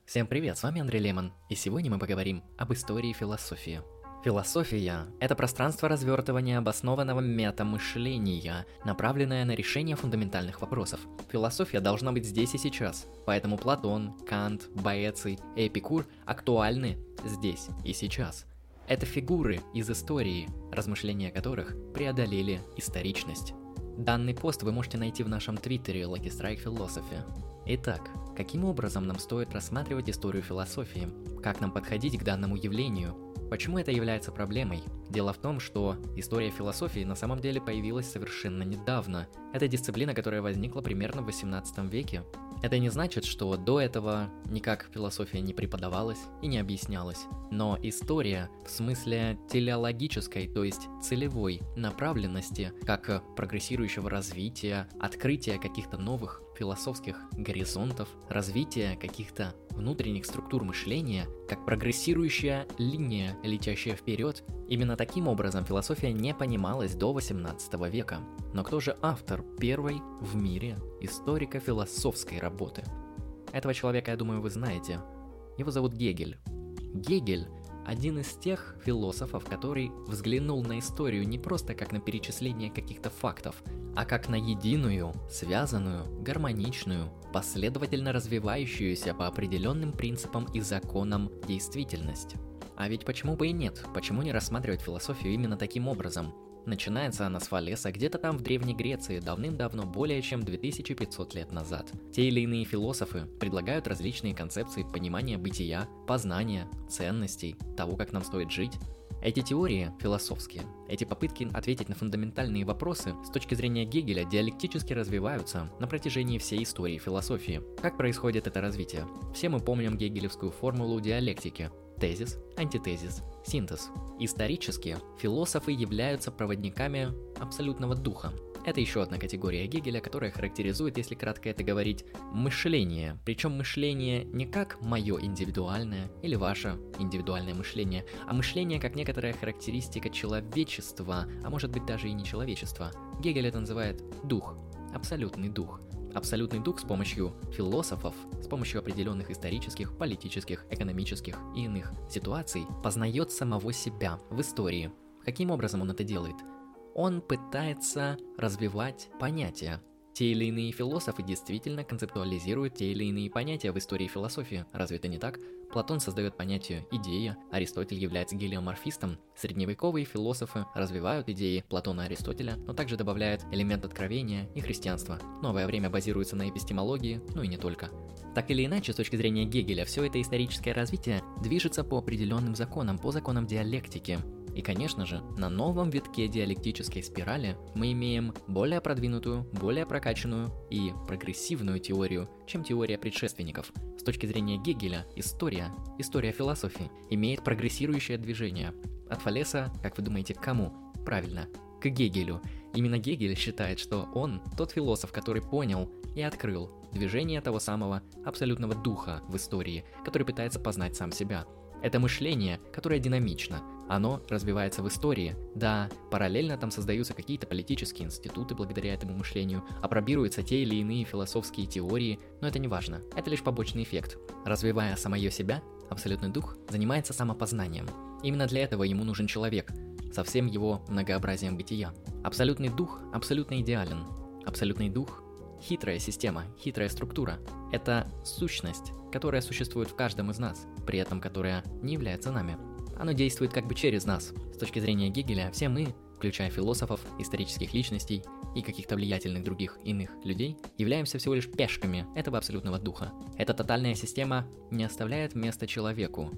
Всем привет, с вами Андрей Лемон, и сегодня мы поговорим об истории философии. Философия – это пространство развертывания обоснованного метамышления, направленное на решение фундаментальных вопросов. Философия должна быть здесь и сейчас, поэтому Платон, Кант, Боэций и Эпикур актуальны здесь и сейчас. Это фигуры из истории, размышления которых преодолели историчность. Данный пост вы можете найти в нашем твиттере Lucky Strike Philosophy. Итак, каким образом нам стоит рассматривать историю философии? Как нам подходить к данному явлению? Почему это является проблемой? Дело в том, что история философии на самом деле появилась совершенно недавно. Это дисциплина, которая возникла примерно в 18 веке. Это не значит, что до этого никак философия не преподавалась и не объяснялась. Но история в смысле телеологической, то есть целевой направленности, как прогрессирующего развития, открытия каких-то новых философских горизонтов, развития каких-то внутренних структур мышления, как прогрессирующая линия, летящая вперед. Именно таким образом философия не понималась до 18 века. Но кто же автор первой в мире историко-философской работы? Этого человека, я думаю, вы знаете. Его зовут Гегель. Гегель – один из тех философов, который взглянул на историю не просто как на перечисление каких-то фактов, а как на единую, связанную, гармоничную, последовательно развивающуюся по определенным принципам и законам действительность. А ведь почему бы и нет? Почему не рассматривать философию именно таким образом? Начинается она с Фалеса где-то там в Древней Греции давным-давно, более чем 2500 лет назад. Те или иные философы предлагают различные концепции понимания бытия, познания, ценностей, того, как нам стоит жить. Эти теории философские, эти попытки ответить на фундаментальные вопросы с точки зрения Гегеля диалектически развиваются на протяжении всей истории философии. Как происходит это развитие? Все мы помним гегелевскую формулу диалектики. Тезис, антитезис, синтез. Исторически философы являются проводниками абсолютного духа. Это еще одна категория Гегеля, которая характеризует, если кратко это говорить, мышление. Причем мышление не как мое индивидуальное или ваше индивидуальное мышление, а мышление как некоторая характеристика человечества, а может быть даже и не человечества. Гегель это называет дух, абсолютный дух. Абсолютный дух с помощью философов, с помощью определенных исторических, политических, экономических и иных ситуаций познает самого себя в истории. Каким образом он это делает? Он пытается развивать понятия. Те или иные философы действительно концептуализируют те или иные понятия в истории философии. Разве это не так? Платон создает понятие «идея», Аристотель является гелиоморфистом, средневековые философы развивают идеи Платона и Аристотеля, но также добавляют элемент откровения и христианства. Новое время базируется на эпистемологии, ну и не только. Так или иначе, с точки зрения Гегеля, все это историческое развитие движется по определенным законам, по законам диалектики. И, конечно же, на новом витке диалектической спирали мы имеем более продвинутую, более прокачанную и прогрессивную теорию, чем теория предшественников. С точки зрения Гегеля, история философии, имеет прогрессирующее движение. От Фалеса, как вы думаете, к кому? Правильно, к Гегелю. Именно Гегель считает, что он тот философ, который понял и открыл движение того самого абсолютного духа в истории, который пытается познать сам себя. Это мышление, которое динамично. Оно развивается в истории. Да, параллельно там создаются какие-то политические институты благодаря этому мышлению, апробируются те или иные философские теории, но это не важно. Это лишь побочный эффект. Развивая самое себя, абсолютный дух занимается самопознанием. Именно для этого ему нужен человек, со всем его многообразием бытия. Абсолютный дух абсолютно идеален. Абсолютный дух – хитрая система, хитрая структура. Это сущность, которая существует в каждом из нас, при этом которая не является нами. Оно действует как бы через нас. С точки зрения Гегеля, все мы, включая философов, исторических личностей и каких-то влиятельных других иных людей, являемся всего лишь пешками этого абсолютного духа. Эта тотальная система не оставляет места человеку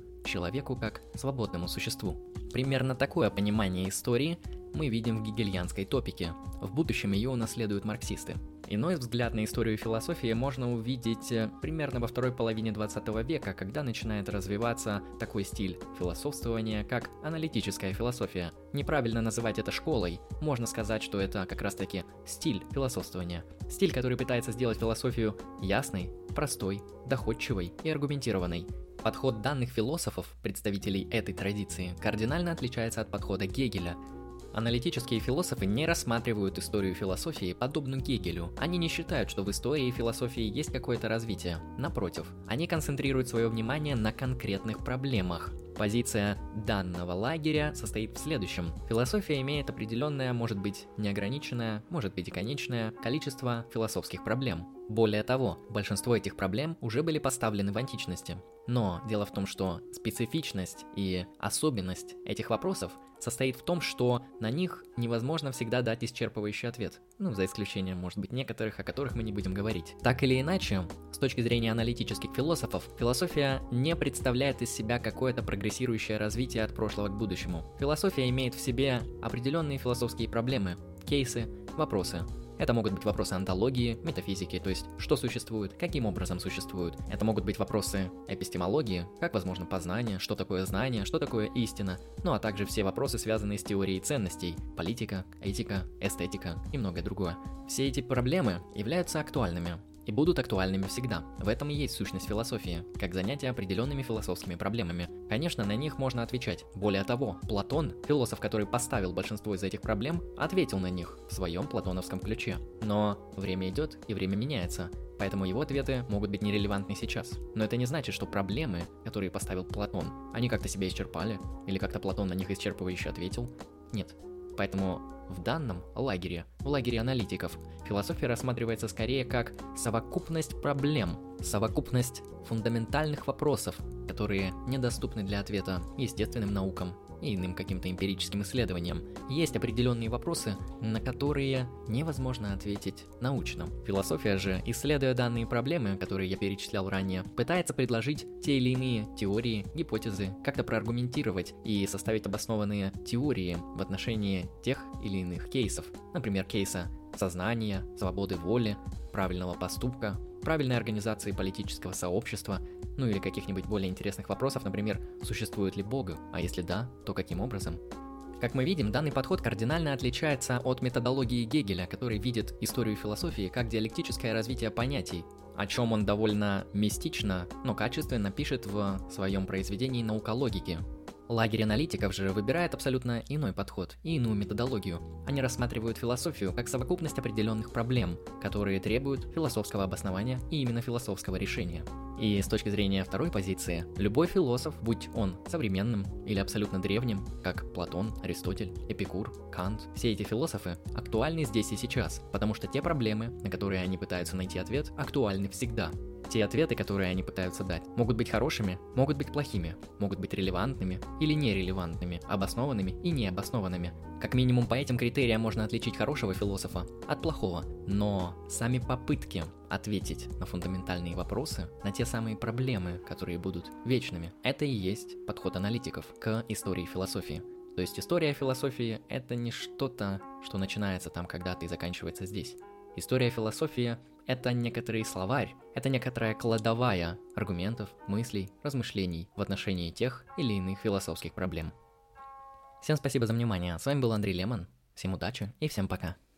как свободному существу. Примерно такое понимание истории мы видим в гегельянской топике. В будущем ее унаследуют марксисты. Иной взгляд на историю философии можно увидеть примерно во второй половине 20 века, когда начинает развиваться такой стиль философствования, как аналитическая философия. Неправильно называть это школой, можно сказать, что это как раз таки стиль философствования. Стиль, который пытается сделать философию ясной, простой, доходчивой и аргументированной. Подход данных философов, представителей этой традиции, кардинально отличается от подхода Гегеля. Аналитические философы не рассматривают историю философии подобно Гегелю. Они не считают, что в истории философии есть какое-то развитие. Напротив, они концентрируют свое внимание на конкретных проблемах. Позиция данного лагеря состоит в следующем. Философия имеет определенное, может быть неограниченное, может быть и конечное количество философских проблем. Более того, большинство этих проблем уже были поставлены в античности. Но дело в том, что специфичность и особенность этих вопросов состоит в том, что на них невозможно всегда дать исчерпывающий ответ. За исключением, может быть, некоторых, о которых мы не будем говорить. Так или иначе, с точки зрения аналитических философов, философия не представляет из себя какое-то прогрессирующее развитие от прошлого к будущему. Философия имеет в себе определенные философские проблемы, кейсы, вопросы. Это могут быть вопросы онтологии, метафизики, то есть что существует, каким образом существует. Это могут быть вопросы эпистемологии, как возможно познание, что такое знание, что такое истина, а также все вопросы, связанные с теорией ценностей, политика, этика, эстетика и многое другое. Все эти проблемы являются актуальными и будут актуальными всегда. В этом и есть сущность философии, как занятие определенными философскими проблемами. Конечно, на них можно отвечать. Более того, Платон, философ, который поставил большинство из этих проблем, ответил на них в своем платоновском ключе. Но время идет и время меняется, поэтому его ответы могут быть нерелевантны сейчас. Но это не значит, что проблемы, которые поставил Платон, они как-то себя исчерпали, или как-то Платон на них исчерпывающе ответил. Нет. Поэтому в данном лагере, в лагере аналитиков, философия рассматривается скорее как совокупность проблем, совокупность фундаментальных вопросов, которые недоступны для ответа естественным наукам и иным каким-то эмпирическим исследованиям. Есть определенные вопросы, на которые невозможно ответить научно. Философия же, исследуя данные проблемы, которые я перечислял ранее, пытается предложить те или иные теории, гипотезы, как-то проаргументировать и составить обоснованные теории в отношении тех или иных кейсов. Например, кейса сознания, свободы воли, правильного поступка, правильной организации политического сообщества, или каких-нибудь более интересных вопросов, например, существует ли Бог, а если да, то каким образом? Как мы видим, данный подход кардинально отличается от методологии Гегеля, который видит историю философии как диалектическое развитие понятий, о чем он довольно мистично, но качественно пишет в своем произведении «Наукологики». Лагерь аналитиков же выбирает абсолютно иной подход и иную методологию. Они рассматривают философию как совокупность определенных проблем, которые требуют философского обоснования и именно философского решения. И с точки зрения второй позиции, любой философ, будь он современным или абсолютно древним, как Платон, Аристотель, Эпикур, Кант, все эти философы актуальны здесь и сейчас, потому что те проблемы, на которые они пытаются найти ответ, актуальны всегда. Те ответы, которые они пытаются дать, могут быть хорошими, могут быть плохими, могут быть релевантными или нерелевантными, обоснованными и необоснованными. Как минимум по этим критериям можно отличить хорошего философа от плохого, но сами попытки ответить на фундаментальные вопросы, на те самые проблемы, которые будут вечными, это и есть подход аналитиков к истории философии. То есть история философии — это не что-то, что начинается там когда-то и заканчивается здесь. История философии — это некоторый словарь, это некоторая кладовая аргументов, мыслей, размышлений в отношении тех или иных философских проблем. Всем спасибо за внимание, с вами был Андрей Лемон, всем удачи и всем пока.